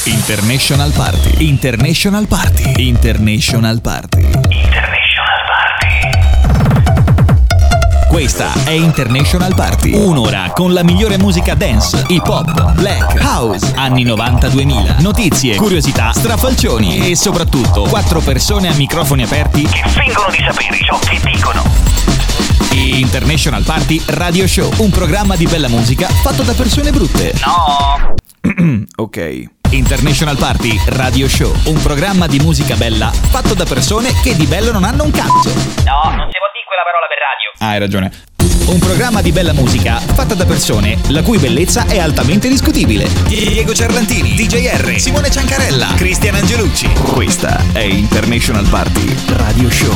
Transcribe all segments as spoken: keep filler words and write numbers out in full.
International Party. International Party. International Party. International Party. Questa è International Party. Un'ora con la migliore musica dance, hip hop, black, house, anni novanta duemila. Notizie, curiosità, strafalcioni e soprattutto quattro persone a microfoni aperti che fingono di sapere ciò che dicono. International Party Radio Show, un programma di bella musica fatto da persone brutte. No. Ok. International Party Radio Show, un programma di musica bella fatto da persone che di bello non hanno un cazzo. No, non si può dire quella parola per radio. Ah, hai ragione. Un programma di bella musica fatta da persone la cui bellezza è altamente discutibile. Diego Cerlantini, D J R, Simone Ciancarella, Cristian Angelucci. Questa è International Party Radio Show.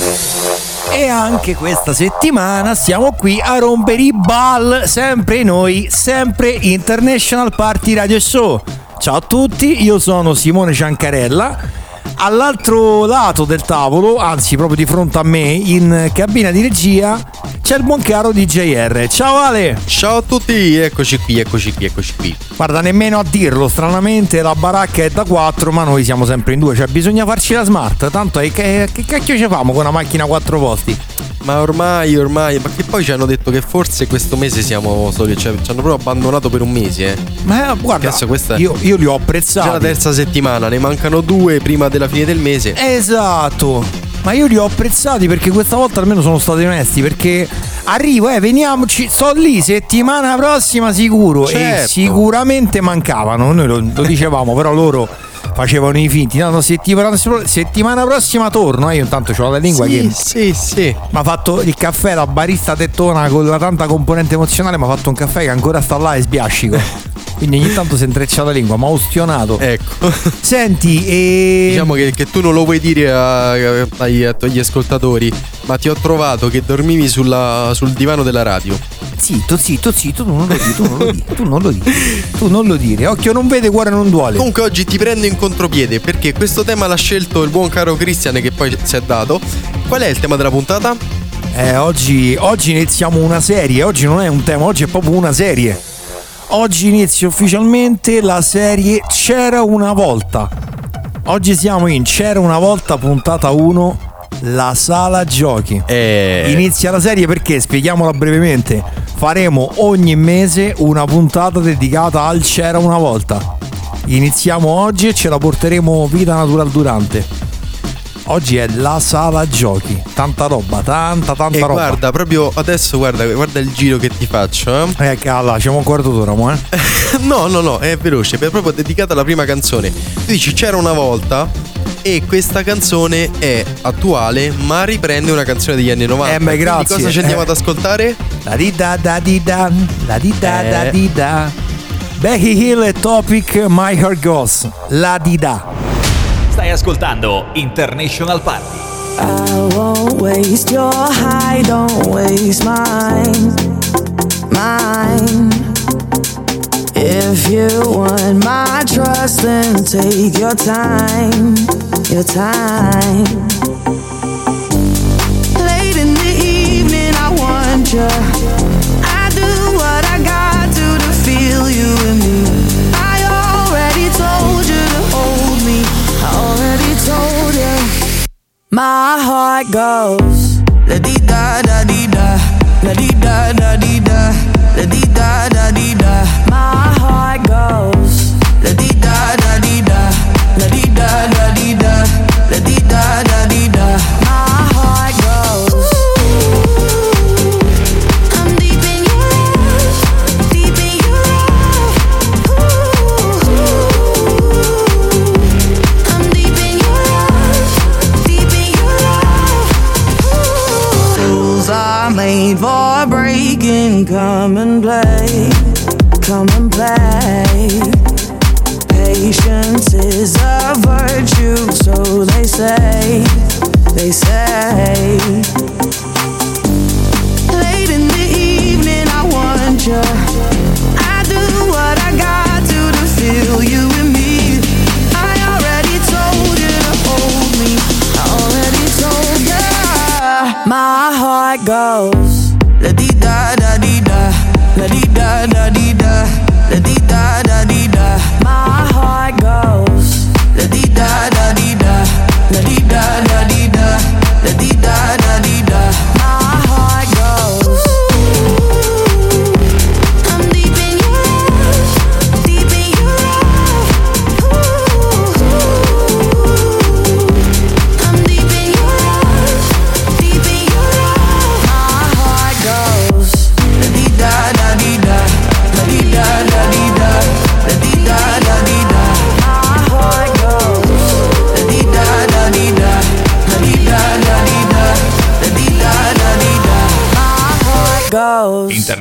E anche questa settimana siamo qui a rompere i ball, sempre noi, sempre International Party Radio Show. Ciao a tutti, io sono Simone Ciancarella. All'altro lato del tavolo, anzi proprio di fronte a me, in cabina di regia, c'è il buon caro D J R. Ciao Ale! Ciao a tutti, eccoci qui, eccoci qui, eccoci qui. Guarda, nemmeno a dirlo, stranamente la baracca è da quattro, ma noi siamo sempre in due, cioè bisogna farci la smart, tanto è che, che cacchio ci famo con una macchina a quattro posti? Ma ormai, ormai, ma che poi ci hanno detto che forse questo mese siamo soli, cioè ci hanno proprio abbandonato per un mese, eh. Ma guarda, questa io, io li ho apprezzati. Già la terza settimana, ne mancano due prima della fine del mese. Esatto, ma io li ho apprezzati perché questa volta almeno sono stati onesti, perché arrivo, eh, veniamoci, sto lì settimana prossima sicuro, certo. E sicuramente mancavano, noi lo, lo dicevamo, però loro facevano i finti. No, no, settimana, settimana prossima torno. Eh, io intanto c'ho la lingua sì, che sì, sì. mi ha fatto il caffè, la barista tettona con la tanta componente emozionale. Mi ha fatto un caffè che ancora sta là e sbiascico. Quindi ogni tanto si intreccia la lingua, ma ho ustionato. Ecco. Senti, e... diciamo che, che tu non lo vuoi dire a, a, agli, agli ascoltatori, ma ti ho trovato che dormivi sulla, sul divano della radio. Zitto, zitto, zitto, tu non lo dici, tu non lo dici, tu non lo dici, tu non lo dire. Occhio non vede, cuore non duole. Comunque oggi ti prendo in contropiede perché questo tema l'ha scelto il buon caro Cristian, che poi si è dato. Qual è il tema della puntata? Eh, oggi, oggi iniziamo una serie, oggi non è un tema, oggi è proprio una serie. Oggi inizia ufficialmente la serie C'era una volta. Oggi siamo in C'era una volta puntata uno, la sala giochi. Eh... Inizia la serie perché, spieghiamola brevemente, faremo ogni mese una puntata dedicata al C'era una volta. Iniziamo oggi e ce la porteremo vita natural durante. Oggi è la sala giochi. Tanta roba, tanta tanta e roba. Guarda, proprio adesso guarda, guarda il giro che ti faccio, eh. Eh calla, c'è un quarto d'ora, mo, eh. No, no, no, è veloce, è proprio dedicata alla prima canzone. Tu dici C'era una volta e questa canzone è attuale, ma riprende una canzone degli anni novanta. Eh beh, grazie. Di cosa ci andiamo eh. ad ascoltare? La di da da di da, la di da eh. da di da. Becky Hill e Topic, My Heart Goes. La di da. Stai ascoltando International Party. I won't waste your high, don't waste mine, mine. If you want my trust, then take your time, your time. Late in the evening, I want you. I do what I got to to feel you and me. I already told you to hold me. I already told you. My heart goes la di da da di da, la di da da di da, la di da da di da. My heart goes la di da da di da, la di da da di da, la di da da di da. My heart goes. I'm deep in your love, deep in your love. I'm deep in your love, deep in your love. Rules are made for breaking. Come and play, come and play. Patience is a virtue, so they say, they say. Late in the evening, I want you. I do what I got to to feel you and me. I already told you to hold me. I already told you. My heart goes la di da da di da, la di da da di da, la di da da di da. My heart goes.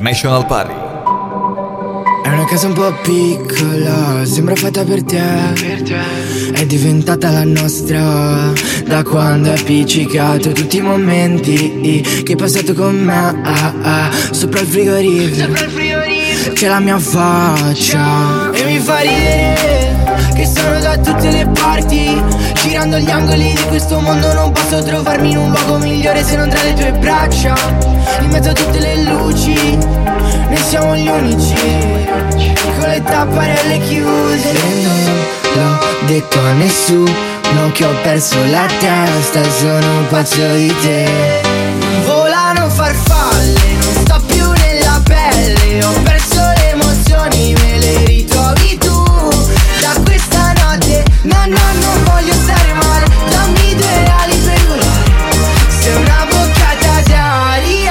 International Party. È una casa un po' piccola, sembra fatta per te, per te. È diventata la nostra da quando hai appiccicato tutti i momenti che hai passato con me, ah, ah, sopra il frigorifero. Sopra il frigorifero c'è la mia faccia e mi fa ridere che sono da tutte le parti. Girando gli angoli di questo mondo non posso trovarmi in un luogo migliore se non tra le tue braccia. In mezzo a tutte le luci noi siamo gli unici, con le tapparelle chiuse. E non l'ho detto a nessuno che ho perso la testa, sono un pazzo di te. Volano farfalle, non sto più nella pelle, ho perso le emozioni, me le ritrovi tu. Da questa notte, no no non voglio stare male, dammi due ali per volare, sei una boccata d'aria.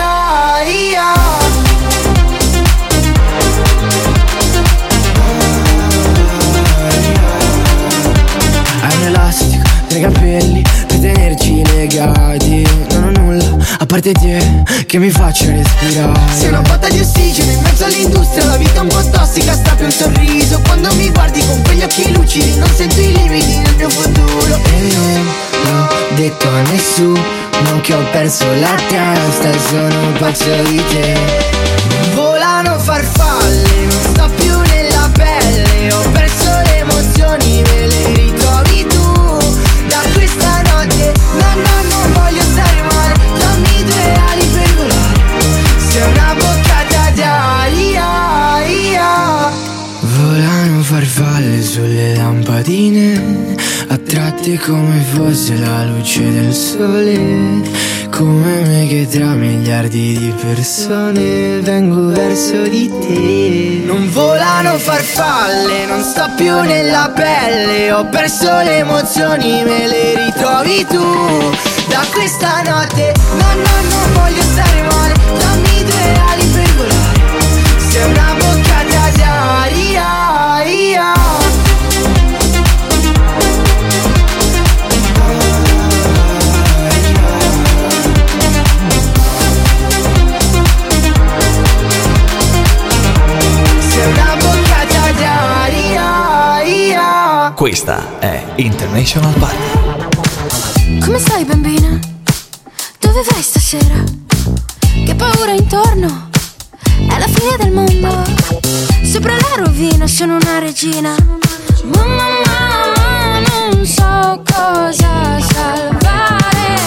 Hai un elastico nei capelli per tenerci legati, non ho nulla a parte te che mi faccia respirare. Sei una botta di ossigeno in mezzo all'industria, la vita è un po' tossica, strappi un sorriso quando mi guardi con quegli occhi lucidi, non sento i limiti nel mio futuro. E non l'ho detto a nessuno che ho perso la testa, sono un pazzo di te. Volano farfalle, non sto più nella pelle, ho perso le emozioni, me le ritrovi tu. Da questa notte, no no non voglio stare male, dammi due ali per volare, sei una boccata d'aria. Volano farfalle sulle lampadine, attratte come fosse la luce del sole, come me che tra miliardi di persone vengo verso di te. Non volano farfalle, non sto più nella pelle, ho perso le emozioni, me le ritrovi tu. Da questa notte, no no non voglio stare male, dammi due ali per volare, sei una boccata d'aria. Questa è International Party. Come stai bambina? Dove vai stasera? Che paura intorno? È la fine del mondo. Sopra la rovina sono una regina. Mamma mia, non so cosa salvare.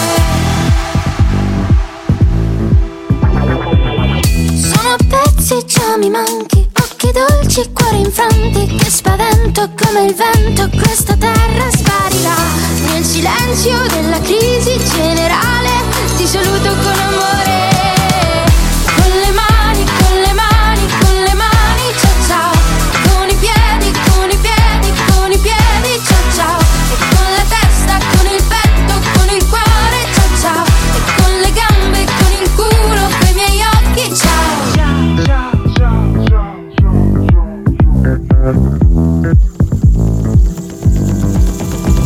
Sono a pezzi, già mi manchi. Occhi dolci, cuori infranti, che spavento come il vento, questa terra sparirà. Nel silenzio della crisi generale ti saluto con amore. Con le mani, con le mani, con le mani, ciao ciao. Con i piedi, con i piedi, con i piedi, ciao ciao. E con la testa, con il petto, con il cuore, ciao ciao. E con le gambe, con il culo, con i miei occhi, ciao.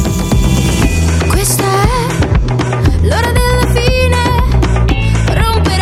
Questa è l'ora della fine, rompe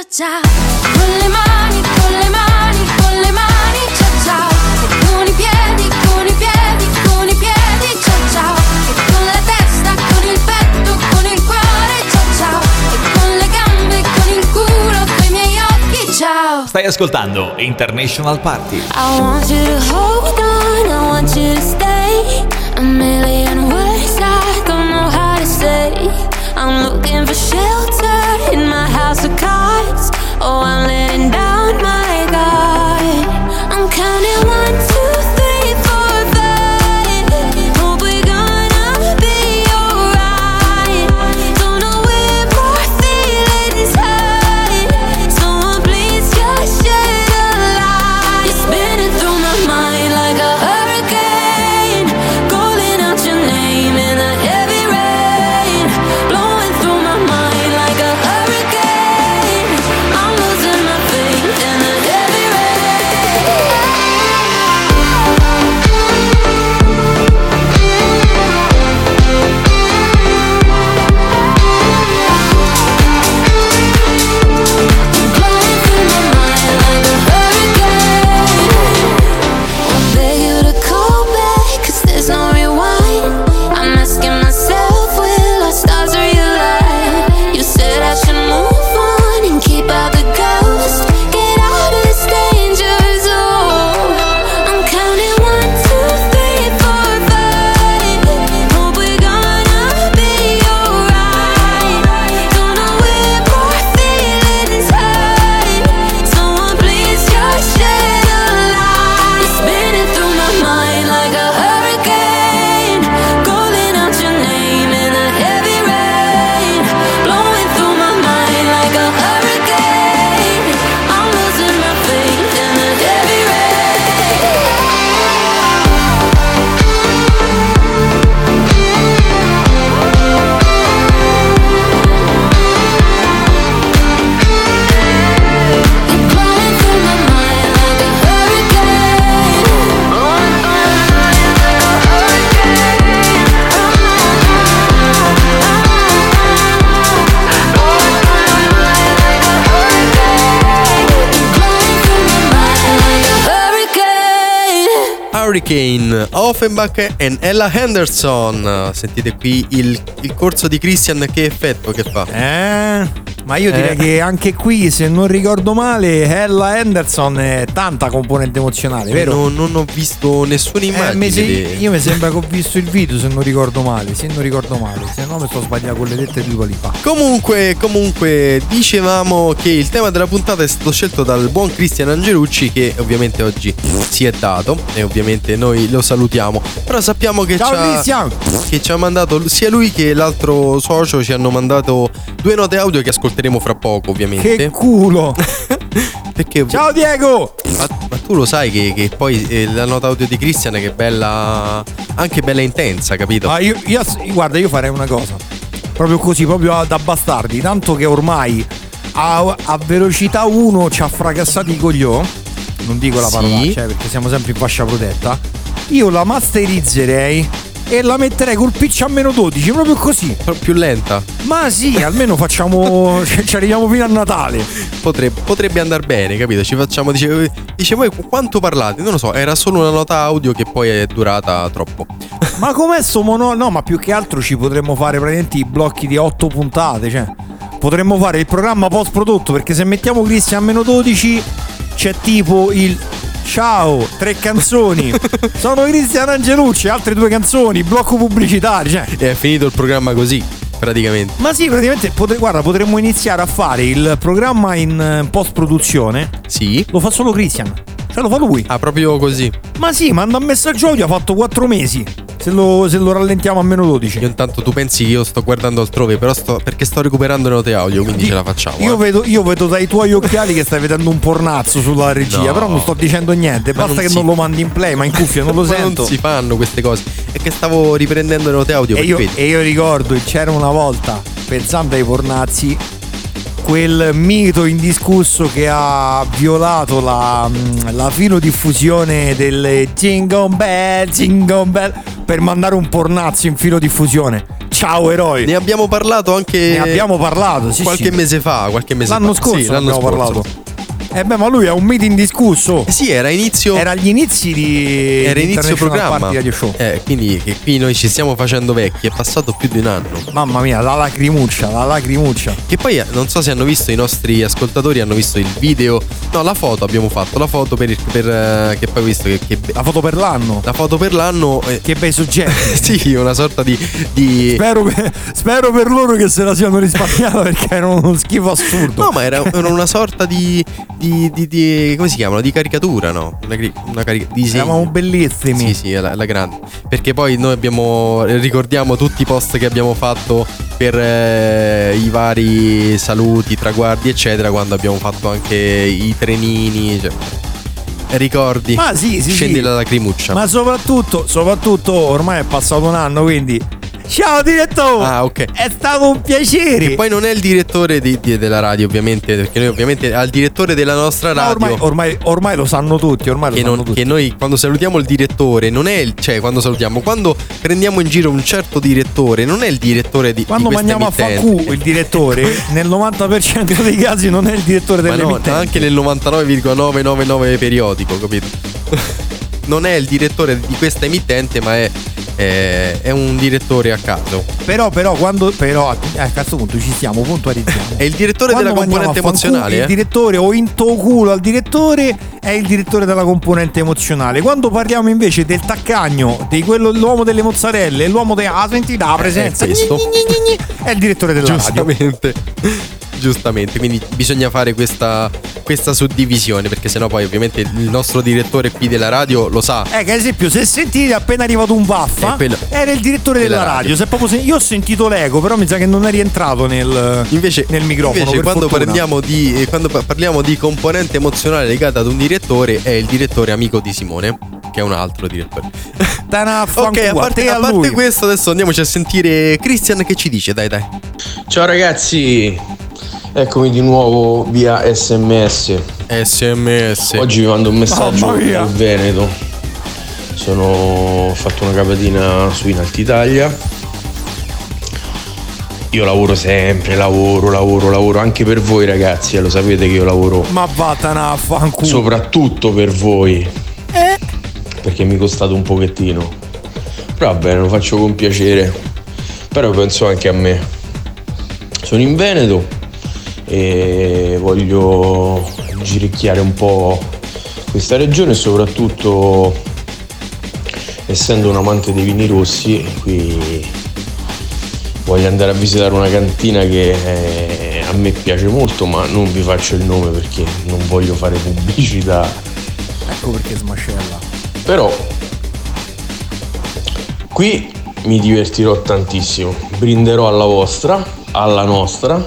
ciao. Con le mani, con le mani, con le mani, ciao ciao. E con i piedi, con i piedi, con i piedi, ciao ciao. E con la testa, con il petto, con il cuore, ciao ciao. E con le gambe, con il culo, con i miei occhi, ciao. Stai ascoltando International Party. I want you to hold on, I want you to stay. A million words I don't know how to say. I'm looking for shelter in my house of cards. Oh, I'm letting down my guard. I'm counting one, two, three, four, five. Hope we're gonna be alright. Don't know where my feelings hide. Someone please just shed a light. You're spinning through my mind like a hurricane, calling out your name in the heavy rain, blowing through my mind like a hurricane. I'm losing my faith in the heavy blowing through my mind like a hurricane. I beg you to call back, 'cause there's no rewind. I'm asking myself, will our stars realign? You said I should move on and keep out the ghost. Get out of this danger zone. I'm counting one, two, three, four, five. Hope we're gonna be alright. Don't know where my feelings hide. Someone please just shed a light. You're spinning through my mind like a hurricane, calling out your name in the heavy rain, blowing through my mind like a hurricane. I'm losing my faith in the heavy rain. You're blowing through my mind like a hurricane, blowing through my mind like a hurricane. Blowing through my mind like a hurricane. Blowing through my mind like a hurricane. Hurricane, Offenbach e Ella Henderson. Sentite qui il, il corso di Christian, che effetto che fa. Eh, ma io direi Eh. che anche qui, se non ricordo male, Ella Henderson è tanta componente emozionale, vero? Non, non ho visto nessuna Eh, immagine. mi se- di- io mi sembra che ho visto il video, se non ricordo male, se non ricordo male, se no mi sto sbagliando con le lettere di Lipa. Comunque, comunque, dicevamo che il tema della puntata è stato scelto dal buon Cristian Angelucci, che ovviamente oggi si è dato e ovviamente noi lo salutiamo. Però sappiamo che Ciao ci ha, Cristian! che ci ha mandato, sia lui che l'altro socio ci hanno mandato due note audio che ascolteremo fra poco, ovviamente. Che culo! Perché Ciao Diego! Ma, ma tu lo sai che, che poi eh, la nota audio di Christian è che è bella, anche bella intensa, capito? Ah, io, io- guarda, io farei una cosa, proprio così, proprio da bastardi, tanto che ormai a, a velocità uno ci ha fracassati i coglioni, non dico la Sì. parola, cioè, perché siamo sempre in fascia protetta. Io la masterizzerei e la metterei col pitch a meno dodici, proprio così. Però più lenta. Ma sì, almeno facciamo, ci arriviamo fino a Natale. Potrebbe, potrebbe andare bene, capito? Ci facciamo, dice, dice voi quanto parlate? Non lo so, era solo una nota audio che poi è durata troppo. Ma com'è sto mono? No, ma più che altro ci potremmo fare praticamente i blocchi di otto puntate, cioè potremmo fare il programma post prodotto, perché se mettiamo Christian a meno dodici c'è tipo il ciao, tre canzoni. Sono Cristian Angelucci, altre due canzoni, blocco pubblicitario, cioè. E è finito il programma così, praticamente. Ma sì, praticamente potre- guarda, potremmo iniziare a fare il programma in post produzione. Sì. Lo fa solo Christian, cioè lo fa lui. Ah, proprio così. Ma sì, manda un messaggio audio, ha fatto quattro mesi. Se lo, se lo rallentiamo a meno dodici. Io intanto tu pensi che io sto guardando altrove, però sto perché sto recuperando le note audio, quindi ce la facciamo. Io eh. vedo, io vedo dai tuoi occhiali che stai vedendo un pornazzo sulla regia, No. però non sto dicendo niente. Ma Basta non che si- non lo mandi in play, ma in cuffia non lo Ma sento. non si fanno queste cose. È che stavo riprendendo le note audio E per io, quello. e io ricordo che c'era una volta, pensando ai pornazzi, quel mito indiscusso che ha violato la, la filodiffusione delle Jingle Bell, Jingle Bell, per mandare un pornazzo in filodiffusione. Ciao eroi. Ne abbiamo parlato anche Ne abbiamo parlato, sì, qualche sì. mese fa, qualche mese L'anno fa. scorso Sì, l'anno abbiamo scorso. parlato. Eh beh, ma lui è un mito indiscusso. Eh sì, era inizio Era agli inizi di Era inizio International programma. Party Radio Show. Eh, quindi che qui noi ci stiamo facendo vecchi, è passato più di un anno. Mamma mia, la lacrimuccia, la lacrimuccia. Che poi eh, non so se hanno visto, i nostri ascoltatori hanno visto il video. No, la foto abbiamo fatto, la foto per, il, per eh, che poi ho visto che, che La foto per l'anno. la foto per l'anno eh, Che bei soggetti. sì, una sorta di, di Spero, che- spero per loro che se la siano risparmiata perché era uno schifo assurdo. No, ma era, era una sorta di, di, di, di come si chiamano? Di caricatura, no? Una, cari- una carica- disegno. Eravamo bellissimi. Sì, sì, è la, la grande. Perché poi noi abbiamo. Ricordiamo tutti i post che abbiamo fatto per eh, i vari saluti, traguardi, eccetera. Quando abbiamo fatto anche i trenini. Cioè, ricordi? Ma sì, sì, Scendi sì. la lacrimuccia. Ma soprattutto, soprattutto ormai è passato un anno, quindi ciao direttore. Ah, ok. È stato un piacere. Che poi non è il direttore di- di- della radio, ovviamente. Perché noi, ovviamente, al direttore della nostra Ma radio. ormai, ormai, ormai lo sanno tutti, ormai lo Che, sanno non- tutti. che noi quando salutiamo il direttore non è il, cioè quando salutiamo, quando prendiamo in giro un certo direttore, non è il direttore di, Quando di questa mandiamo a emittente. fanculo il direttore, nel novanta per cento dei casi non è il direttore Ma no, dell'emittente. anche nel novantanove virgola novecentonovantanove periodico, capito? Non è il direttore di questa emittente, ma è, è, è un direttore a caso. Però, però, quando. Però, eh, a questo punto ci stiamo, puntualizziamo. È il direttore Quando della mandiamo componente a fanculo emozionale. Il eh? direttore o in to culo al direttore è il direttore della componente emozionale. Quando parliamo invece del taccagno, di quello, l'uomo delle mozzarelle, l'uomo della ah, senti la presenza, È questo. gni, gni, gni, gni, è il direttore della radio. Giustamente. Giustamente, quindi bisogna fare questa, questa suddivisione, perché sennò poi ovviamente il nostro direttore qui della radio lo sa. Eh, che ad esempio, se sentite appena arrivato un vaffa, È quello- era il direttore della, della radio. radio. Se proprio sen- io ho sentito l'eco, però mi sa che non è rientrato nel, Invece, nel microfono. invece per quando, fortuna. parliamo di, eh, quando pa- parliamo di componente emozionale legata ad un direttore, è il direttore amico di Simone, che è un altro direttore. Tana Ok, fanculo, a parte, te a a parte lui. questo, adesso andiamoci a sentire Christian che ci dice. Dai, dai. Ciao ragazzi, eccomi di nuovo via sms. sms. Oggi vi mando un messaggio Mamma mia. dal Veneto. Sono ho fatto una capatina su in Alta Italia. Io lavoro sempre, lavoro, lavoro, lavoro anche per voi ragazzi, eh, lo sapete che io lavoro Ma vattene a fanculo. soprattutto per voi, Eh, perché mi costate un pochettino. Però va bene, lo faccio con piacere. Però penso anche a me. Sono in Veneto e voglio giricchiare un po' questa regione e soprattutto, essendo un amante dei vini rossi, qui voglio andare a visitare una cantina che eh, a me piace molto, ma non vi faccio il nome perché non voglio fare pubblicità. ecco perché smascella. Però qui mi divertirò tantissimo, brinderò alla vostra, alla nostra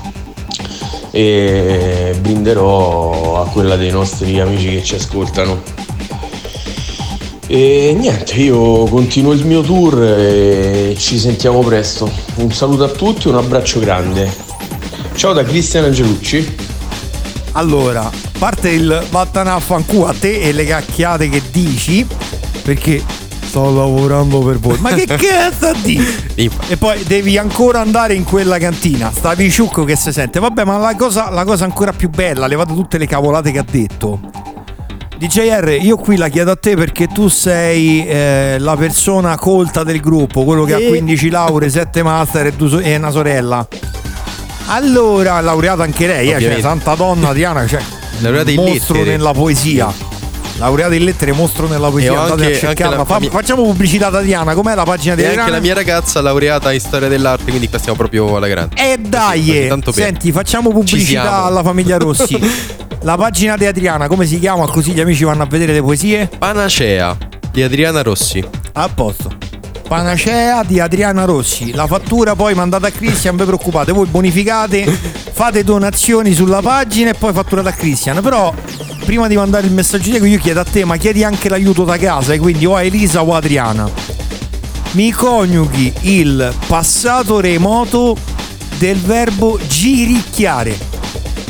e brinderò a quella dei nostri amici che ci ascoltano. E niente, io continuo il mio tour e ci sentiamo presto. Un saluto a tutti, un abbraccio grande. Ciao da Cristian Angelucci. Allora, a parte il vattene a fanculo a te e le cacchiate che dici, perché sto lavorando per voi. Ma che cazzo di? E poi devi ancora andare in quella cantina. Sta Viciucco che si sente. Vabbè, ma la cosa, la cosa ancora più bella, levate tutte le cavolate che ha detto. D J R, io qui la chiedo a te perché tu sei eh, la persona colta del gruppo, quello che ha quindici lauree, sette master e, due so- e una sorella. Allora, laureata anche lei, eh, cioè, Ovviamente. santa donna Diana, cioè, Laureata in mostro lettere. nella poesia. Laureata in lettere, mostro nella poesia. E ho Andate anche- a cercarla. anche la Fa- mia- Facciamo pubblicità da Diana, com'è la pagina di E anche Diana? la mia ragazza laureata in storia dell'arte, quindi qua stiamo proprio alla grande. E dai, Così, tanto per- senti, facciamo Ci pubblicità siamo. alla famiglia Rossi. La pagina di Adriana, come si chiama? Così gli amici vanno a vedere le poesie. Panacea di Adriana Rossi. A posto. Panacea di Adriana Rossi. La fattura poi mandata a Christian, non vi preoccupate, voi bonificate, fate donazioni sulla pagina e poi fatturate a Christian. Però prima di mandare il messaggio io chiedo a te, ma chiedi anche l'aiuto da casa, e quindi o a Elisa o a Adriana. Mi coniughi il passato remoto del verbo giricchiare.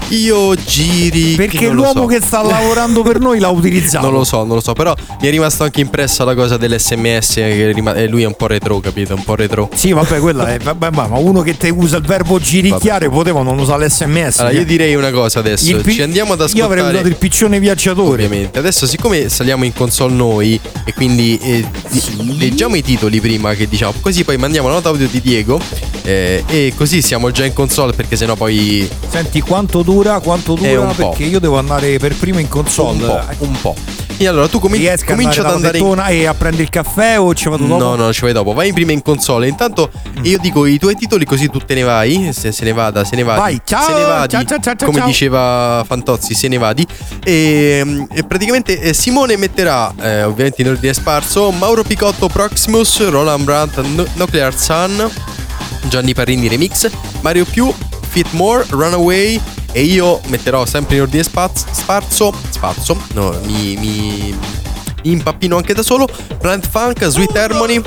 Io giri. Perché non lo l'uomo so. che sta lavorando per noi l'ha utilizzato. Non lo so, non lo so. Però mi è rimasto anche impressa la cosa dell'esse emme esse. Che rima- e lui è un po' retro, capito? Un po' retro. Sì, vabbè, quella è. Vabbè, ma uno che te usa il verbo giricchiare poteva non usare l'esse emme esse. Allora, io direi una cosa adesso. Il pi- Ci andiamo ad ascoltare. Io avrei usato il piccione viaggiatore. Ovviamente. Adesso, siccome saliamo in console noi e quindi eh, Sì. leggiamo i titoli prima che diciamo, così poi mandiamo la nota audio di Diego eh, e così siamo già in console, perché sennò poi Senti quanto dura, quanto È dura un po'. perché io devo andare per primo in console. un po', un po'. E allora tu comin- Riesco a comincia ad andare andare dalla tettona e a prendere il caffè o ci vado dopo? No, no, ci vai dopo. Vai prima in console. Intanto io dico i tuoi titoli, così tu te ne vai. Se, se ne vada, se ne vadi. Vai, ciao, se ne vadi. ciao, ciao, ciao, ciao, Come ciao. diceva Fantozzi, se ne vadi. E, e praticamente eh, Simone metterà, eh, ovviamente in ordine sparso, Mauro Picotto Proximus, Roland Brandt Nu- Nuclear Sun, Gianni Parrini Remix, Mario Più, Fitmore, Runaway. E io metterò sempre in ordine spaz- sparso. Spazzo. No, mi. mi mi impappino anche da solo. Plant Funk, Sweet Harmony,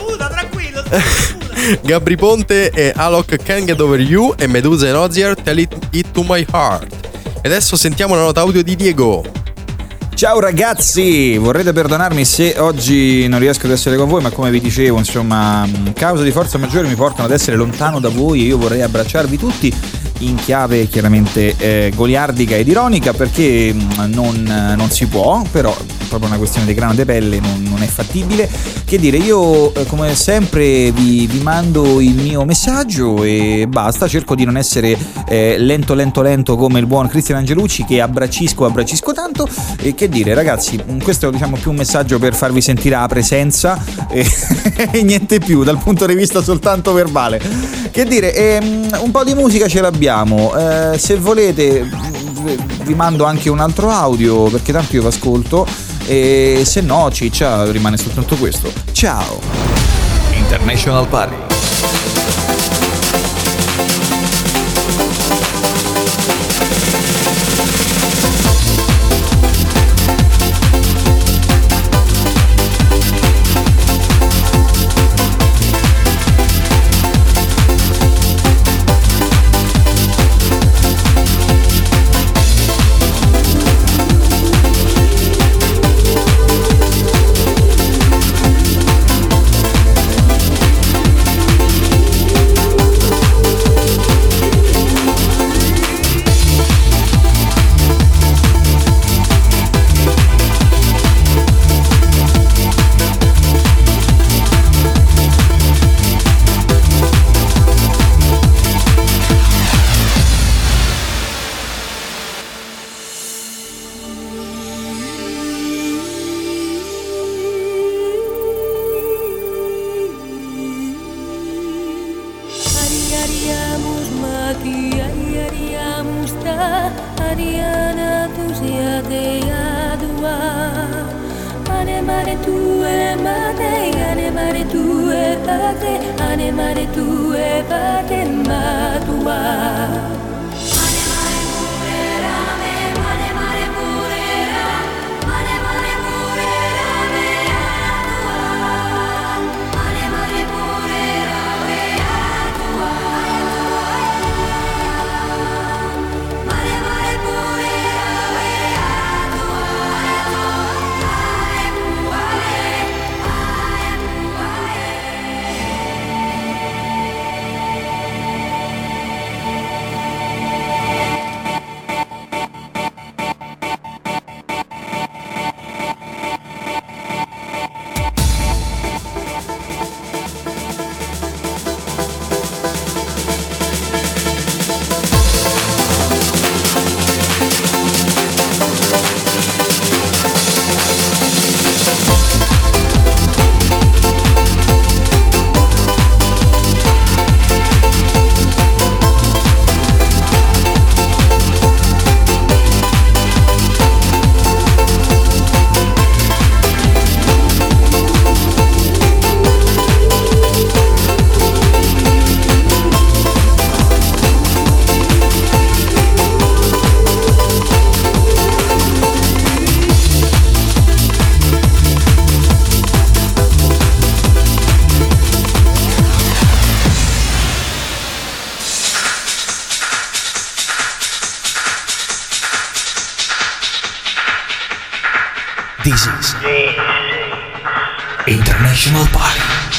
Gabri Ponte e Alok Can't Get Over You e Medusa and Ozier Tell It, It To My Heart. E adesso sentiamo la nota audio di Diego. Ciao ragazzi, vorrete perdonarmi se oggi non riesco ad essere con voi, ma come vi dicevo, insomma, cause di forza maggiore mi portano ad essere lontano da voi e io vorrei abbracciarvi tutti in chiave chiaramente eh, goliardica ed ironica, perché non, non si può, però è proprio una questione di grano de pelle, non, non è fattibile. Che dire, io eh, come sempre vi, vi mando il mio messaggio e basta, cerco di non essere eh, lento lento lento come il buon Cristian Angelucci, che abbraccisco abbraccisco tanto. E che dire ragazzi, questo è diciamo più un messaggio per farvi sentire la presenza e, e niente più dal punto di vista soltanto verbale. Che dire, ehm, un po' di musica ce l'abbiamo, eh, se volete vi mando anche un altro audio, perché tanto io vi ascolto, e se no ciccia rimane soltanto questo. Ciao. International Party. Ariariamus mati, ariariamus ta, ariana tusiate adua. Ane mare tue mate, ane mare tue pate, ane mare tue pate matua. This is International Party.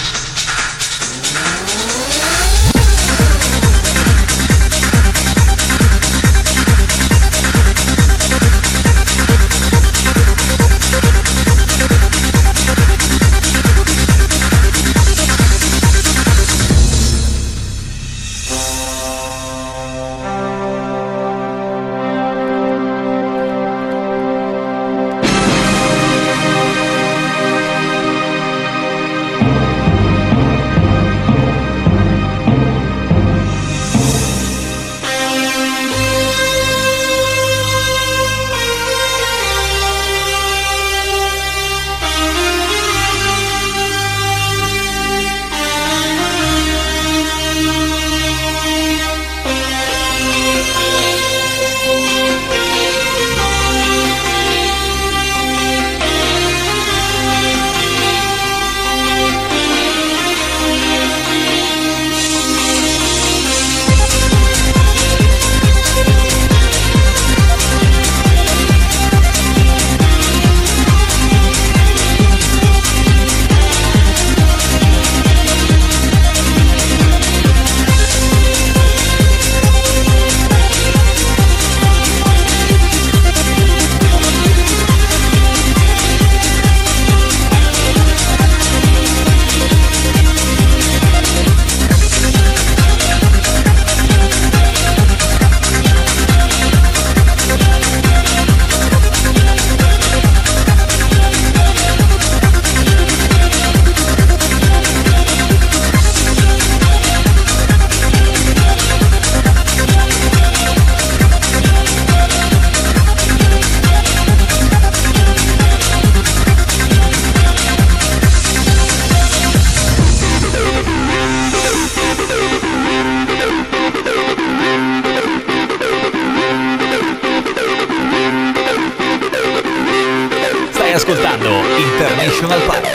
Ascoltando International Party.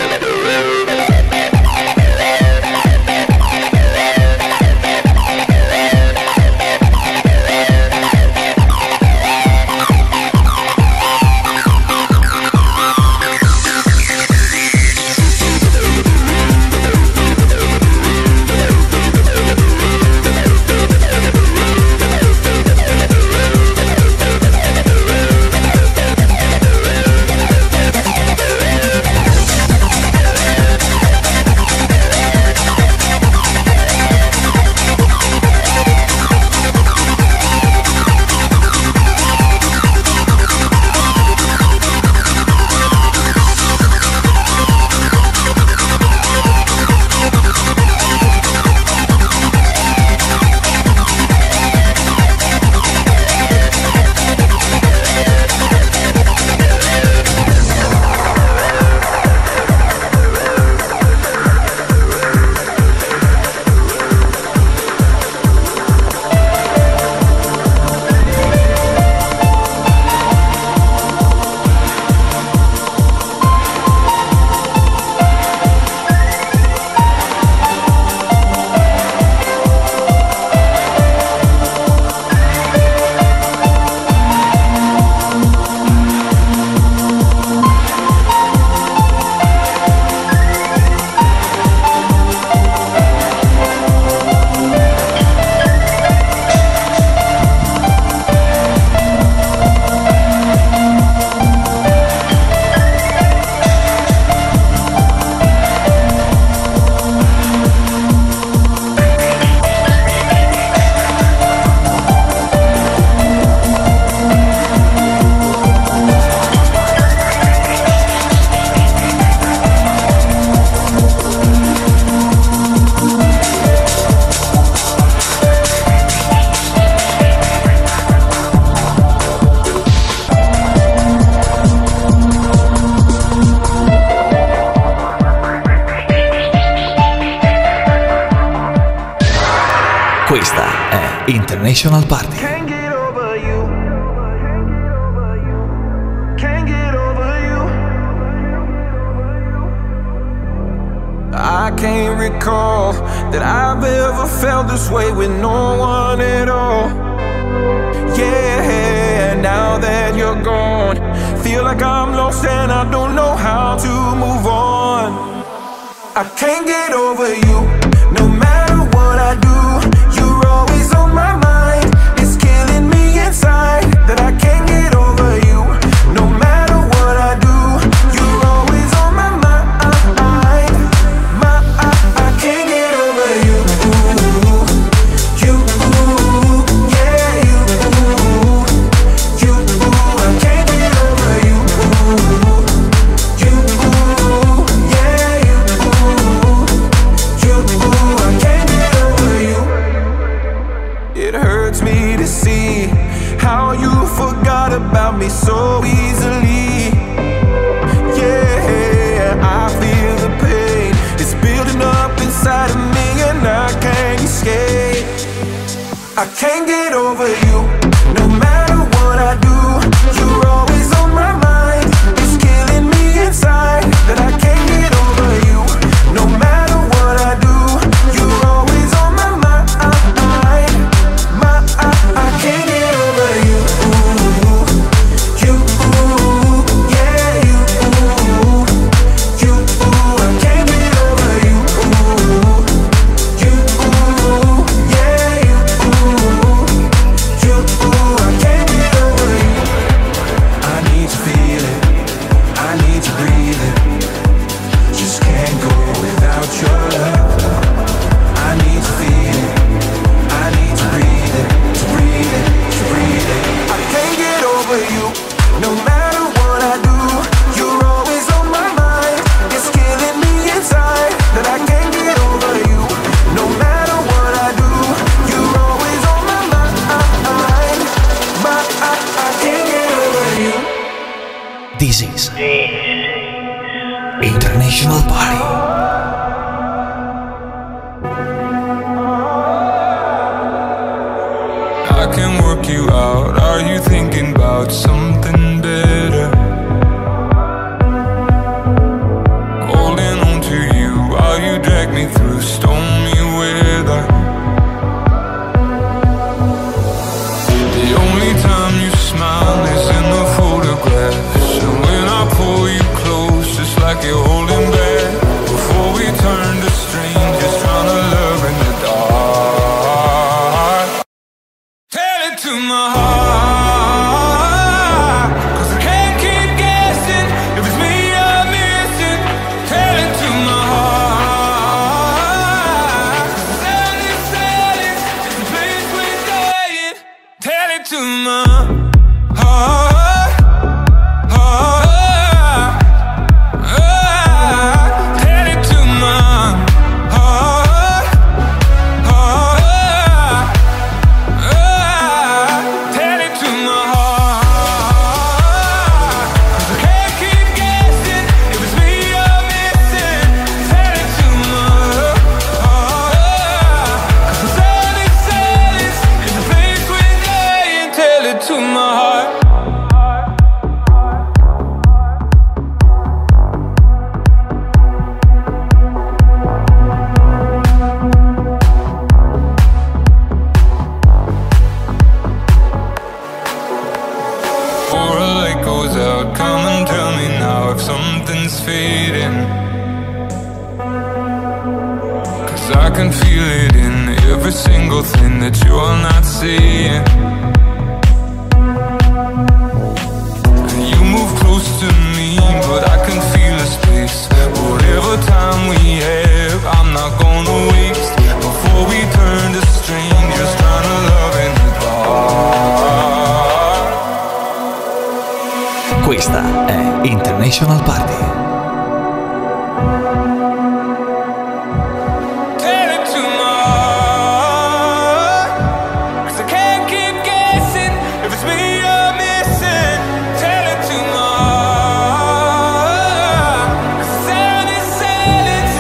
Questa è International Party. Can't get over you. Can't get over you. I can't recall that I've ever felt this way with no one at all. Yeah, now that you're gone, feel like I'm lost and I don't know how to move on. I can't get over you, no matter what I do. You're always on my mind, it's killing me inside that I can't get over you. No matter what I do, you're always on my mind. My, I, I can't get over you. You, yeah, you, you, I can't get over you. You, yeah, you, you, I can't get over you. It hurts me to see how you forgot about me so easily. Yeah, I feel the pain, it's building up inside of me and I can't escape. I can't get over you, no matter what I do. You're always on my mind, it's killing me inside that I can't get over you. No matter what I do, you're always on my mind. My, I, I can't get over you. You, yeah, you, you, I can't get over you. You, yeah, you, you, I can't get over you. I need to feel it, I need to breathe it. Just can't go without your love. I need to feel it, I need to breathe it, to breathe it, to breathe it. I can't get over you, no matter what I do. You're always on my mind, it's killing me inside that I can't get over you. No matter what I do, you're always on my mind. But I, I can't get over you. This is International Party. I can work you out. Are you thinking about something better? Holding on to you while you drag me through stormy weather. The only time you smile is in the photographs, and when I pull you close, it's like you're holding back. Before we turn to strangers, trying to love in the dark. Tell it to my heart, 'cause I can't keep guessing if it's me you're missing. Tell it to my heart, 'cause silence, silence is the place we're dying. Tell it to my heart, heart, heart. Tell it to my heart, heart, heart. Tell it to my heart, 'cause I can't keep guessing if it's me you're missing. Tell it to my heart, 'cause silence, silence is the place we're dying. Tell it to my heart. Before a light goes out, come and tell me now if something's fading. 'Cause I can feel it in every single thing that you're not seeing. And you move close to me, but I can feel the space. Whatever time we have, I'm not gonna waste. Before we turn to strangers, trying to love in the dark. Questa è International Party. Tell it to my heart, 'cause I can't keep guessing if it's me you're missing. Tell it to my heart, 'cause silence, silence.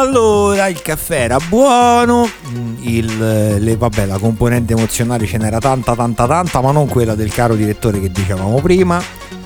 Allora, il caffè era buono, il, le, vabbè, la componente emozionale ce n'era tanta tanta tanta, ma non quella del caro direttore che dicevamo prima.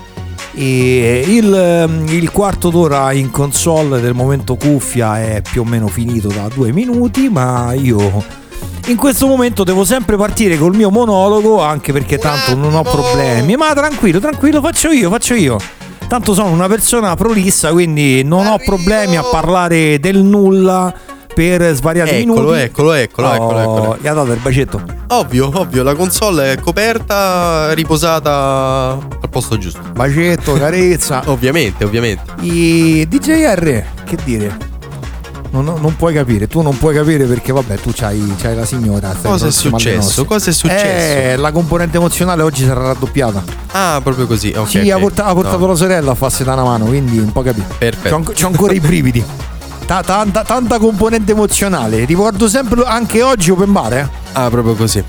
E il, il quarto d'ora in console del momento cuffia è più o meno finito da due minuti, ma io in questo momento devo sempre partire col mio monologo, anche perché tanto non ho problemi. Ma tranquillo, tranquillo, faccio io, faccio io. Tanto sono una persona prolissa, quindi non ho problemi a parlare del nulla per svariati eccolo, minuti. Eccolo, eccolo, oh, eccolo, eccolo. Gli ha dato il bacetto? Ovvio, ovvio, la console è coperta, riposata al posto giusto. Bacetto, carezza. Ovviamente, ovviamente. I D J R, che dire? Non, non puoi capire, tu non puoi capire perché vabbè, tu c'hai, c'hai la signora. Cosa è successo? Cosa è successo? Eh, la componente emozionale oggi sarà raddoppiata. Ah, proprio così. Ok. Sì, okay. ha portato, ha portato no. la sorella a farsi da una mano, quindi un po' capito. Perfetto. C'ho, c'ho ancora i brividi. Ta- tanta, tanta componente emozionale. Ricordo sempre anche oggi open bar, eh? Ah, proprio così.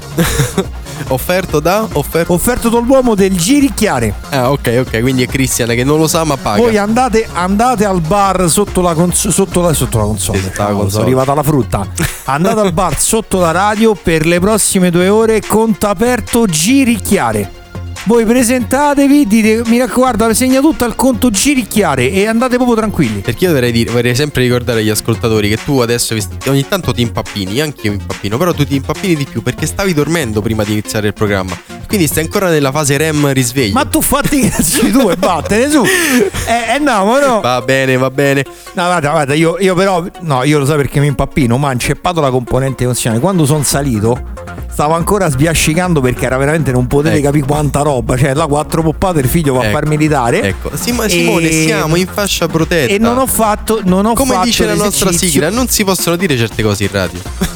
Offerto da? Offerto. Offerto dall'uomo del Giricchiare. Ah, ok, ok. Quindi è Cristian che non lo sa, ma paga. Voi andate, andate al bar sotto la cons- sotto la sotto la console. Cavolo, sono arrivata la frutta. Andate al bar sotto la radio per le prossime due ore. Conto aperto Giricchiare. Voi presentatevi, dite mi raccomando, segna tutto al conto Giricchiare e andate proprio tranquilli. Perché io dovrei dire, vorrei sempre ricordare agli ascoltatori che tu adesso ogni tanto ti impappini, anche io mi impappino, però tu ti impappini di più perché stavi dormendo prima di iniziare il programma. Quindi stai ancora nella fase R E M risveglio. Ma tu fatti cazzi tu e vattene su. Eh, eh no, ma no. Va bene, va bene. No, guarda, guarda, io, io però, no, io lo so perché mi impappino, ma ho inceppato la componente emozionale. Quando sono salito, stavo ancora sbiascicando perché era veramente, non potete ecco. capire quanta roba. Cioè, là quattro poppate, il figlio va ecco. a far militare. Ecco, sì, ma Simone, e... siamo in fascia protetta. E non ho fatto, non ho Come fatto dice la nostra l'esercizio. sigla, non si possono dire certe cose in radio.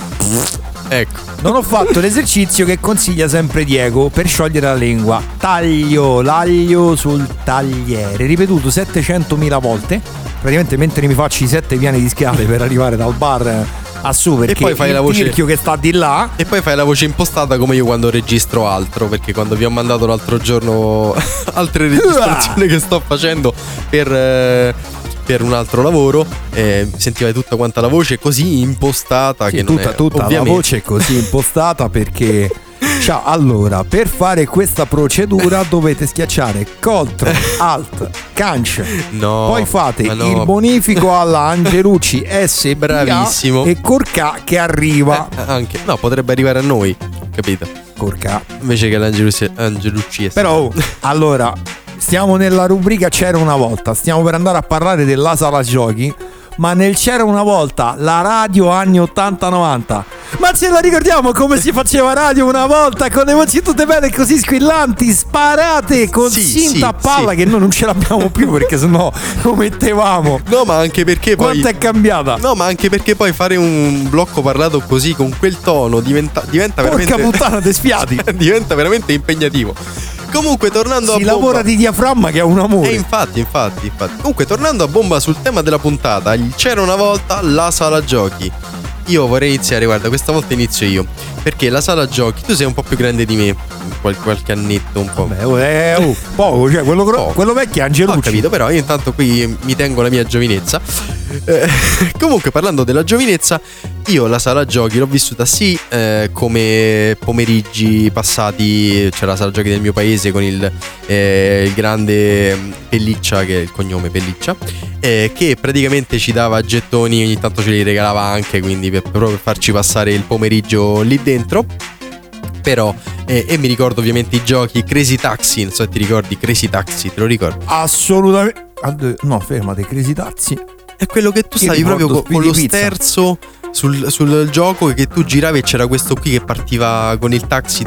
Ecco. Non ho fatto l'esercizio che consiglia sempre Diego per sciogliere la lingua. Taglio l'aglio sul tagliere, ripetuto settecentomila volte. Praticamente mentre mi faccio i sette piani di scale per arrivare dal bar a su, perché e poi fai il la voce tirchio che sta di là. E poi fai la voce impostata come io quando registro altro, perché quando vi ho mandato l'altro giorno altre registrazioni che sto facendo per... Eh... per un altro lavoro, eh, sentiva tutta quanta la voce così impostata sì, che tutta, non è, tutta ovviamente. La voce così impostata perché ciao, allora per fare questa procedura dovete schiacciare Ctrl Alt Canc, no, poi fate no. il bonifico alla Angelucci S P A bravissimo e Corcà che arriva eh, anche no potrebbe arrivare a noi, capito? Corcà invece che l'Angelucci Angelucci S P A. Però oh, allora stiamo nella rubrica C'era una volta, stiamo per andare a parlare della sala giochi, ma nel C'era una volta, la radio anni ottanta novanta. Ma ce la ricordiamo come si faceva radio una volta, con le voci tutte belle così squillanti, sparate con sì, cinta sì, a palla sì. che noi non ce l'abbiamo più perché sennò lo mettevamo. No, ma anche perché poi quanto è cambiata? No, ma anche perché poi fare un blocco parlato così con quel tono diventa, diventa veramente porca puttana te spiati. diventa veramente impegnativo. Comunque tornando si a bomba, lavora di diaframma che è un amore. E infatti, infatti, infatti. Comunque tornando a bomba sul tema della puntata, C'era una volta la sala giochi. Io vorrei iniziare, guarda, questa volta inizio io. Perché la sala giochi, tu sei un po' più grande di me, qualche, qualche annetto un po'. Beh, eh, oh, poco, cioè quello, poco. quello vecchio è Angelucci. Ho capito, però io intanto qui mi tengo la mia giovinezza. Eh, comunque parlando della giovinezza, io la sala giochi l'ho vissuta sì eh, come pomeriggi passati. C'era la sala giochi del mio paese con il, eh, il grande Pelliccia, che è il cognome Pelliccia, eh, che praticamente ci dava gettoni, ogni tanto ce li regalava anche, quindi per, proprio per farci passare il pomeriggio lì dentro. Però eh, e mi ricordo ovviamente i giochi Crazy Taxi, non so se ti ricordi Crazy Taxi, te lo ricordi? Assolutamente. No, fermate, Crazy Taxi è quello che tu stavi proprio con, con lo sterzo sul, sul gioco, che tu giravi e c'era questo qui che partiva con il taxi,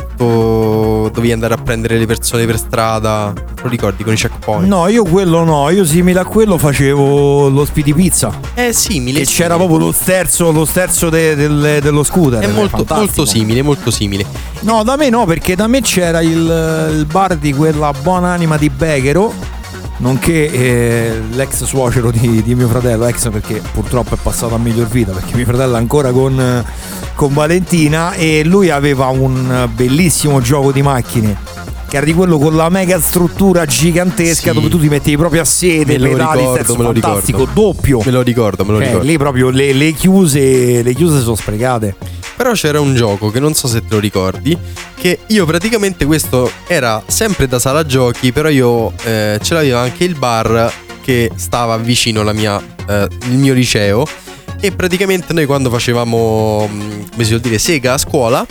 tu dovevi andare a prendere le persone per strada, te lo ricordi, con i checkpoint? No, io quello no, io simile a quello facevo lo Speedy Pizza. È simile. E c'era proprio lo sterzo, lo sterzo de, de, dello scooter. È molto, molto simile, molto simile. No, da me no, perché da me c'era il, il bar di quella buona anima di Bechero, nonché eh, l'ex suocero di, di mio fratello, ex perché purtroppo è passato a miglior vita, perché mio fratello è ancora con, con Valentina, e lui aveva un bellissimo gioco di macchine che era di quello con la mega struttura gigantesca, Sì. dove tu ti mettevi proprio a sede, Me lo pedali, ricordo, stesso me lo fantastico, ricordo. doppio. Me lo ricordo, me lo Cioè, ricordo. lì proprio le, le chiuse, le chiuse sono sprecate. Però c'era un gioco che non so se te lo ricordi, che io praticamente questo era sempre da sala giochi, però io eh, ce l'avevo anche il bar che stava vicino alla mia, eh, il mio liceo, e praticamente noi quando facevamo, mh, come si vuol dire, sega a scuola,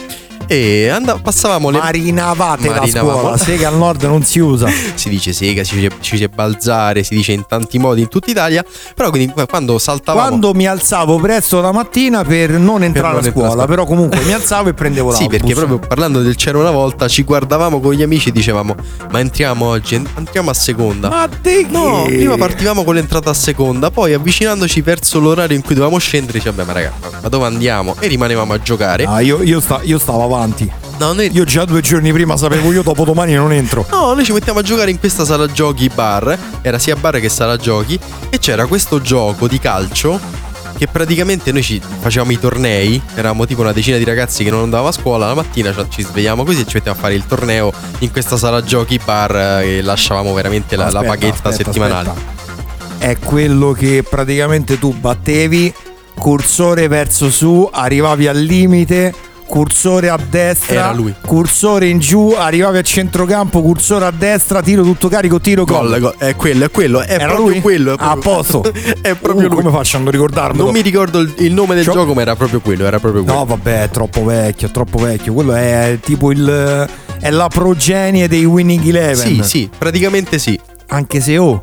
e andav- passavamo le... Marinavate la Marinavamo. scuola, sega al nord non si usa. Si dice sega, si dice, si dice balzare, si dice in tanti modi in tutta Italia. Però quindi quando saltavamo, Quando mi alzavo presto la mattina per non entrare non a scuola, entrare a però comunque mi alzavo e prendevo sì, l'autobus. perché proprio parlando del c'era una volta, ci guardavamo con gli amici e dicevamo: ma entriamo oggi, en- entriamo a seconda. Ma di chi? No, prima partivamo con l'entrata a seconda, poi avvicinandoci verso l'orario in cui dovevamo scendere, dice: vabbè, ma raga, ma dove andiamo? E rimanevamo a giocare. Ah, io, io, sta- io stavo avanti. No, noi... Io già due giorni prima sapevo, io dopo domani non entro. No, noi ci mettiamo a giocare in questa sala giochi bar. Era sia bar che sala giochi. E c'era questo gioco di calcio che praticamente noi ci facevamo i tornei. Eravamo tipo una decina di ragazzi che non andavamo a scuola. La mattina ci- ci svegliamo così e ci mettiamo a fare il torneo in questa sala giochi bar, eh, e lasciavamo veramente la, la Aspetta, paghetta aspetta, settimanale. aspetta. È quello che praticamente tu battevi, cursore verso su, arrivavi al limite, cursore a destra, Era lui. cursore in giù, arrivavi a centrocampo, cursore a destra, tiro tutto carico, tiro gol. Gol, gol. È quello, è quello, è Era proprio lui? quello. È A proprio, posto. È proprio Uh, lui. Come faccio a non ricordarmelo? Non mi ricordo il, il nome del C'ho- gioco, ma era proprio quello. Era proprio quello. No, vabbè, è troppo vecchio, è troppo vecchio. Quello è tipo il. È la progenie dei Winning Eleven. Sì, sì, praticamente sì. Anche se oh.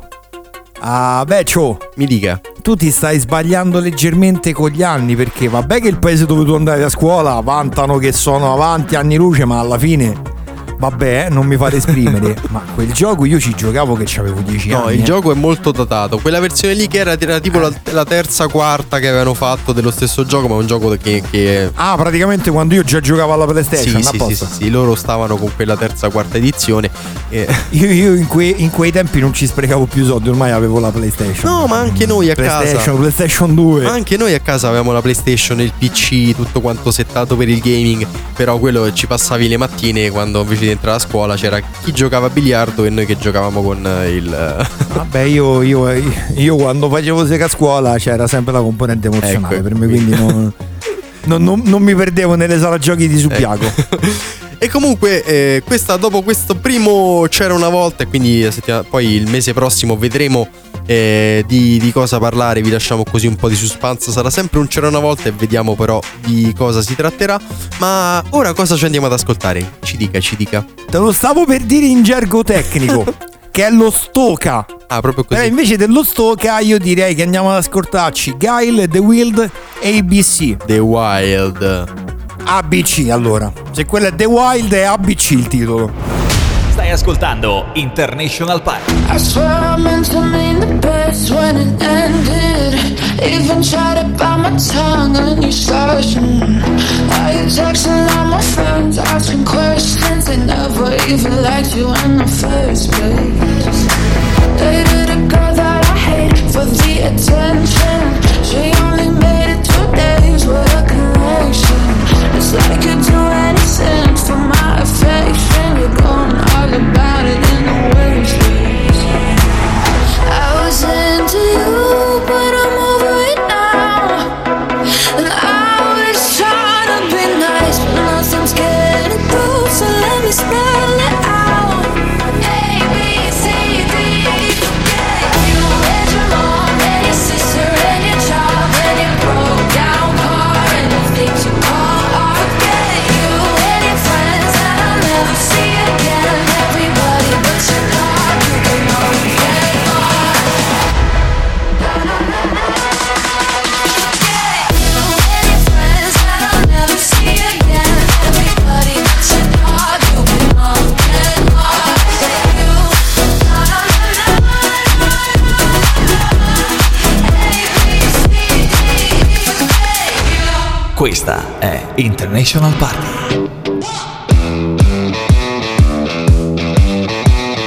Ah, beh, ciò. Mi dica. Tu ti stai sbagliando leggermente con gli anni, perché vabbè che il paese dove tu andavi a scuola vantano che sono avanti anni luce, ma alla fine vabbè, non mi fate esprimere. Ma quel gioco io ci giocavo che avevo dieci No, anni. il eh. gioco è molto datato. Quella versione lì che era, era tipo la, la terza, quarta che avevano fatto dello stesso gioco, ma è un gioco che... che... Ah, praticamente quando io già giocavo alla PlayStation. Sì, a sì, sì, posto. sì, sì, loro stavano con quella terza, quarta edizione. E... Io, io in, quei, in quei tempi non ci sprecavo più soldi, ormai avevo la PlayStation. No, ma anche noi a PlayStation, casa. PlayStation due. Ma anche noi a casa avevamo la PlayStation, il P C, tutto quanto settato per il gaming. Però quello ci passavi le mattine quando invece di entrare a scuola c'era chi giocava a biliardo e noi che giocavamo con il... Vabbè, io, io, io quando facevo sega a scuola c'era sempre la componente emozionale Ecco. per me, quindi non, non, non- non mi perdevo nelle sala giochi di Subiaco. E comunque eh, questa, dopo questo primo c'era una volta, e quindi la settimana- poi il mese prossimo vedremo eh, di, di cosa parlare. Vi lasciamo così un po' di suspense. Sarà sempre un c'era una volta e vediamo però di cosa si tratterà. Ma ora cosa ci andiamo ad ascoltare? Ci dica, ci dica. Te lo stavo per dire in gergo tecnico, che è lo Stoka. Ah, proprio così. Però invece dello Stoka io direi che andiamo ad ascoltarci Guile, The Wild, A B C. The Wild. A B C allora. Se quello è The Wild è A B C il titolo. Stai ascoltando International Party. I swear I meant to mean the best when it ended. Even tried to bite my tongue and you started. Are you texting all my friends, asking questions? They never even liked you in the first place. Dated a girl that I hate for the attention. She only made it two days with a connection. It's like you'd do anything for my affection. You're going all about it in the worst ways. I was into you, but I'm over it now. And I was trying to be nice, but nothing's getting through. So let me spell it out. A, B, C, D, E, you and your mom and your sister and your job and your broke down car and the things you call art. You and your friends that I'll never see again. Everybody but your dog, you can only get more. You and your friends that I'll never see again. Everybody but your dog, you can only get more. Questa è International Party.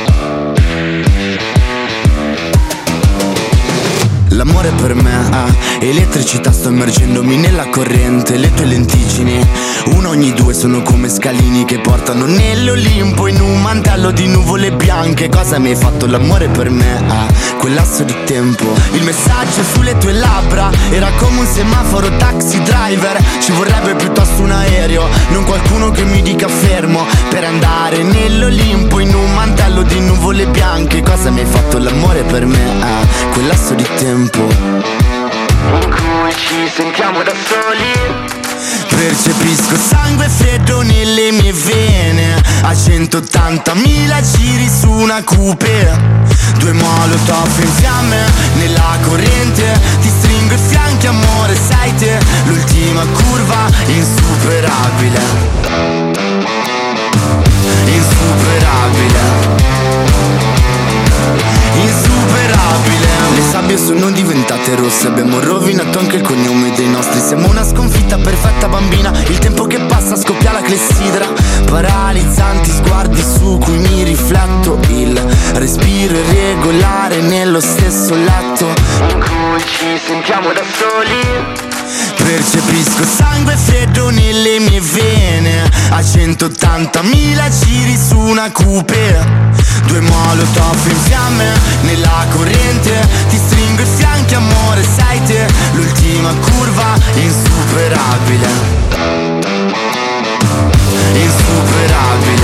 L'amore per me Elettricità sto immergendomi nella corrente. Le tue lentiggini, uno ogni due, sono come scalini che portano nell'Olimpo in un mantello di nuvole bianche. Cosa mi hai fatto l'amore per me? Ah, quel lasso di tempo. Il messaggio sulle tue labbra era come un semaforo taxi driver. Ci vorrebbe piuttosto un aereo, non qualcuno che mi dica fermo, per andare nell'Olimpo in un mantello di nuvole bianche. Cosa mi hai fatto l'amore per me? Ah, quel lasso di tempo in cui ci sentiamo da soli. Percepisco sangue freddo nelle mie vene, a centottantamila giri su una coupe. Due molotov in fiamme nella corrente, ti stringo i fianchi amore, sei te l'ultima curva insuperabile. Insuperabile. Insuperabile. Le sabbie sono diventate rosse, abbiamo rovinato anche il cognome dei nostri. Siamo una sconfitta perfetta bambina, il tempo che passa scoppia la clessidra. Paralizzanti sguardi su cui mi rifletto, il respiro irregolare nello stesso letto in cui ci sentiamo da soli. Percepisco sangue freddo nelle mie vene, a centottantamila giri su una coupe. Due molotov in fiamme nella corrente, ti stringo i fianchi amore, sei te l'ultima curva insuperabile. Insuperabile.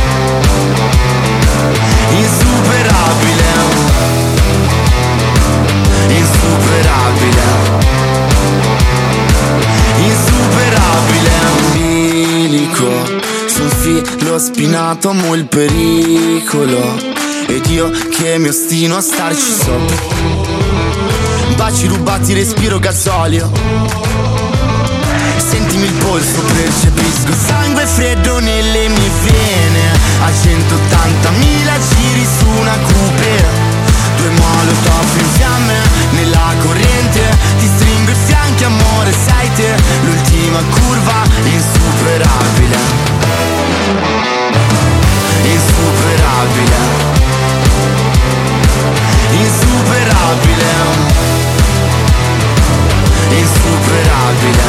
Insuperabile. Insuperabile. Insuperabile. Bilico sul filo spinato amo il pericolo, ed io che mi ostino a starci sopra. Baci rubati, respiro gasolio, sentimi il polso, percepisco sangue freddo nelle mie vene, a centottantamila giri su una coupe. Due molotov in fiamme nella corrente, ti stringo i fianchi amore, sei te l'ultima curva insuperabile. Insuperabile. Insuperabile. Insuperabile.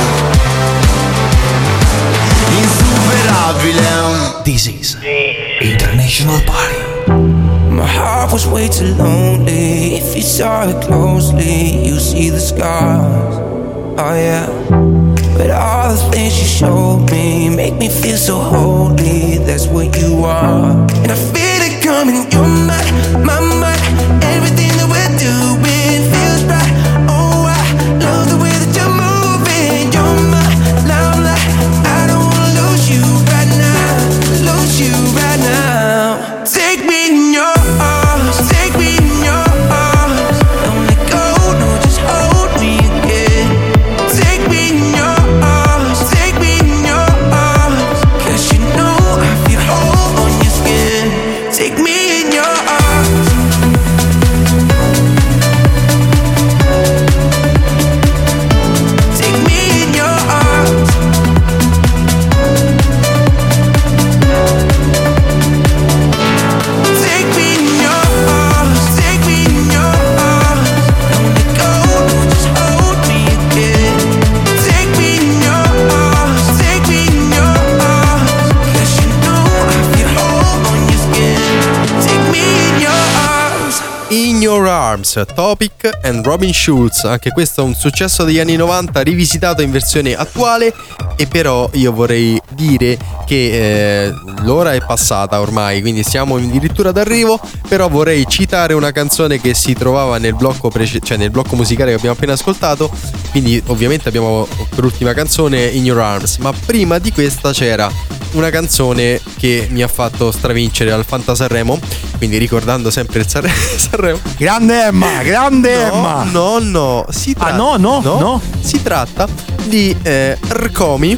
Insuperabile. This is International Party. My heart was way too lonely. If you saw it closely, you see the scars. Oh yeah. But all the things you showed me make me feel so holy. That's what you are. And I feel it coming. You're my, my, my. Everything that we're doing feels right. Oh, I love the way that you're moving. You're my limelight. I don't wanna lose you right now. Lose you right now. Take me in your arms. Take me in your arms. Don't let go, no, just hold me again. Take me in your arms. Take me in your arms. 'Cause you know I feel whole on your skin. Take me in your arms. Take me in your arms. Take me in your arms. Take me in your arms. Don't let go, no, just hold me again. Take me in your arms. Take me in your arms. 'Cause you know I feel whole on your skin. Take me in your arms. In Your Arms, Topic and Robin Schulz. Anche questo è un successo degli anni novanta rivisitato in versione attuale. E però io vorrei dire che eh, l'ora è passata ormai, quindi siamo addirittura d'arrivo. Però vorrei citare una canzone che si trovava nel blocco prece- cioè nel blocco musicale che abbiamo appena ascoltato. Quindi ovviamente abbiamo per ultima canzone In Your Arms, ma prima di questa c'era una canzone che mi ha fatto stravincere al Fanta Sanremo. Quindi ricordando sempre il Sanre- Sanremo. Grande Emma, grande no, Emma. No, no, si tratta, Ah, no, no, no. Si tratta di eh, Rcomi,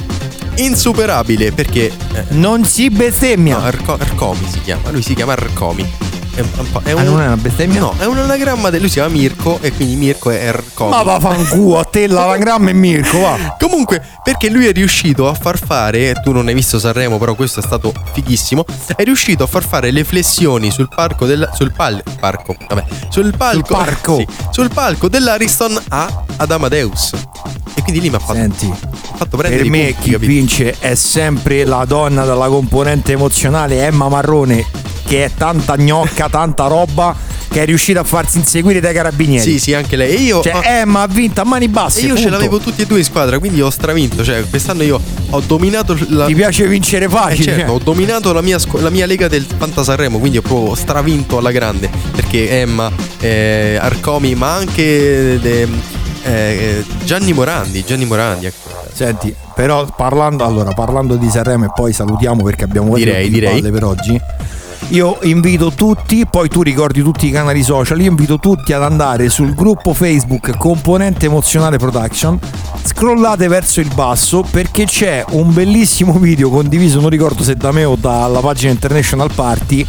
Insuperabile, perché eh, non si bestemmia. no, Rco- Rcomi si chiama, lui si chiama Rcomi. È, un po', è ah, un, non è una bestemmia? No, è un anagramma. De, lui si chiama Mirko e quindi Mirko è Ercomi. Ma va fanculo, a te l'anagramma è Mirko, va. Comunque, perché lui è riuscito a far fare, tu non hai visto Sanremo, però questo è stato fighissimo. È riuscito a far fare le flessioni sul parco del sul pal parco, vabbè, sul palco, sul parco, sì, sul palco dell'Ariston a ad Amadeus. E quindi lì mi ha fatto, Senti, fatto prendere per i me punti, chi capito? vince è sempre la donna dalla componente emozionale, Emma Marrone, che è tanta gnocca, tanta roba, che è riuscita a farsi inseguire dai carabinieri. Sì, sì, anche lei. E io Cioè ah, Emma ha vinto a mani basse. e io punto. ce l'avevo tutti e due in squadra, quindi ho stravinto. Cioè, quest'anno io ho dominato la. Ti piace vincere Eh, facile? certo, cioè. ho dominato la mia, scu- la mia lega del Fanta Sanremo, quindi ho proprio stravinto alla grande. Perché Emma, eh, Arcomi, ma anche de, eh, Gianni Morandi. Gianni Morandi, ecco. Senti, però parlando allora parlando di Sanremo e poi salutiamo perché abbiamo quasi Direi, rotto le direi. palle per oggi. Io invito tutti, poi tu ricordi tutti i canali social, io invito tutti ad andare sul gruppo Facebook Componente Emozionale Production, scrollate verso il basso perché c'è un bellissimo video condiviso, non ricordo se da me o dalla pagina International Party,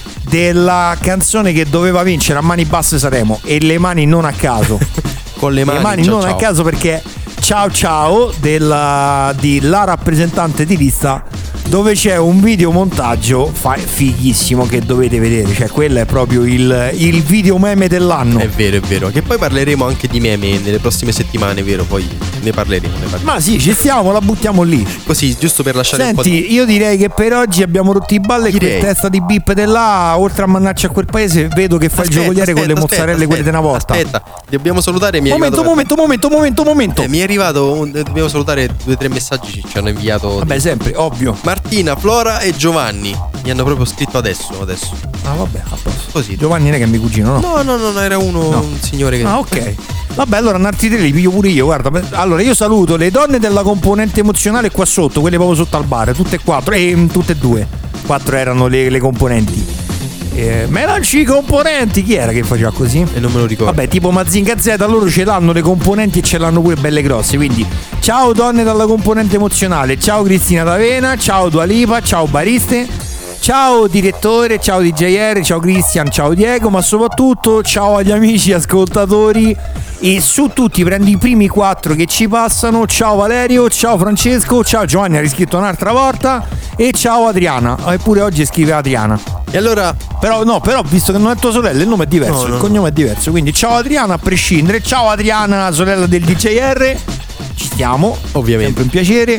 della canzone che doveva vincere a mani basse Sanremo, e le mani non a caso. Con le mani, le mani ciao, non ciao. a caso perché Ciao Ciao della, di la rappresentante di lista, dove c'è un videomontaggio fa- fighissimo che dovete vedere, cioè quello è proprio il, il video meme dell'anno. È vero, è vero. Che poi parleremo anche di meme nelle prossime settimane, vero? Poi ne parleremo. Ne parleremo. Ma sì, ci stiamo, la buttiamo lì. Così, giusto per lasciare un po' Senti, di. io direi che per oggi abbiamo rotto i balle e quel Direi. testa di bip dell'A, oltre a mannarci a quel paese, vedo che fa il giocoliere con le mozzarelle quelle di una volta. Aspetta, dobbiamo salutare. Mi è Momento, arrivato- momento, momento, momento, momento. Eh, mi è arrivato. un- Dobbiamo salutare due o tre messaggi che ci hanno inviato. Vabbè, sempre, ovvio. Martina, Flora e Giovanni. Mi hanno proprio scritto adesso. Adesso. Ah, vabbè, a posto. Così. Giovanni non è che è mio cugino, no? No, no, no, no, era uno, No. un signore che. Ah, ok. Vabbè, allora un altri tre li piglio pure io. Guarda, allora io saluto le donne della componente emozionale qua sotto, quelle proprio sotto al bar, tutte e quattro, e mm, tutte e due. Quattro erano le, le componenti. Eh, Melanci i componenti, chi era che faceva così? E non me lo ricordo. Vabbè, tipo Mazinga Z, loro ce l'hanno le componenti e ce l'hanno pure belle grosse. Quindi, ciao donne dalla componente emozionale, ciao Cristina D'Avena, ciao Dua Lipa, ciao Bariste, ciao direttore, ciao D J R, ciao Christian, ciao Diego, ma soprattutto ciao agli amici ascoltatori. E su tutti prendi i primi quattro che ci passano. Ciao Valerio, ciao Francesco, ciao Giovanni, ha riscritto un'altra volta, e ciao Adriana. Eppure oggi scrive Adriana. E allora. Però no, però visto che non è tua sorella, il nome è diverso, No, no, il cognome è diverso. Quindi ciao Adriana a prescindere. Ciao Adriana, sorella del D J R. Ci stiamo, Ovviamente. sempre un piacere.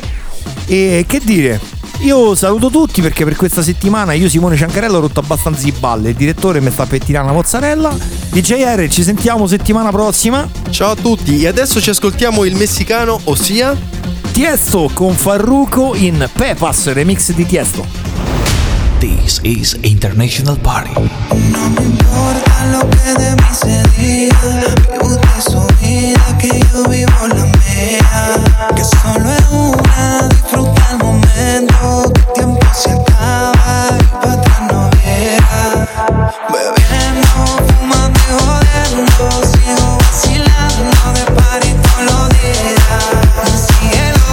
E che dire? Io saluto tutti perché per questa settimana io Simone Ciancarello ho rotto abbastanza di balle. Il direttore mi sta per tirare una mozzarella. D J R, ci sentiamo settimana prossima. Ciao a tutti. E adesso ci ascoltiamo il messicano, ossia Tiesto con Farruko in Pepas, remix di Tiesto. This is International Party. No me importa lo que de mí se diga, vive usted su vida, que yo vivo la mía, que solo es una, disfruta el momento, que el tiempo se acaba y para atrás no llega. Bebiendo, fumando y jodiendo, sigo vacilando de party todos los días. Cielo.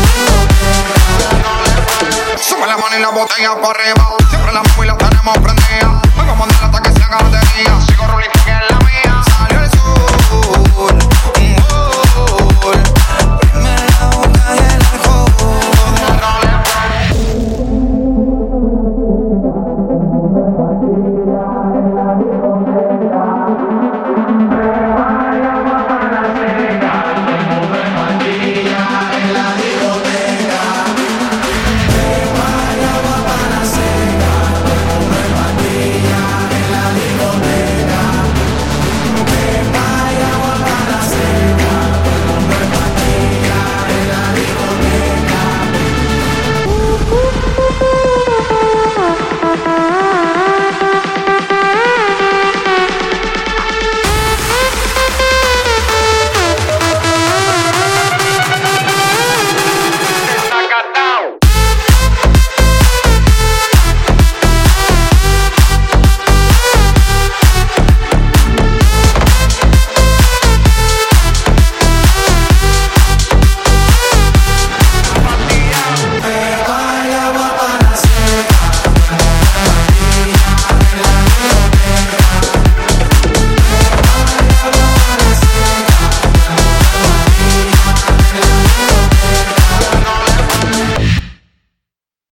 Sube la mano y la botella para arriba. Siempre la movemos y la tenemos prendida.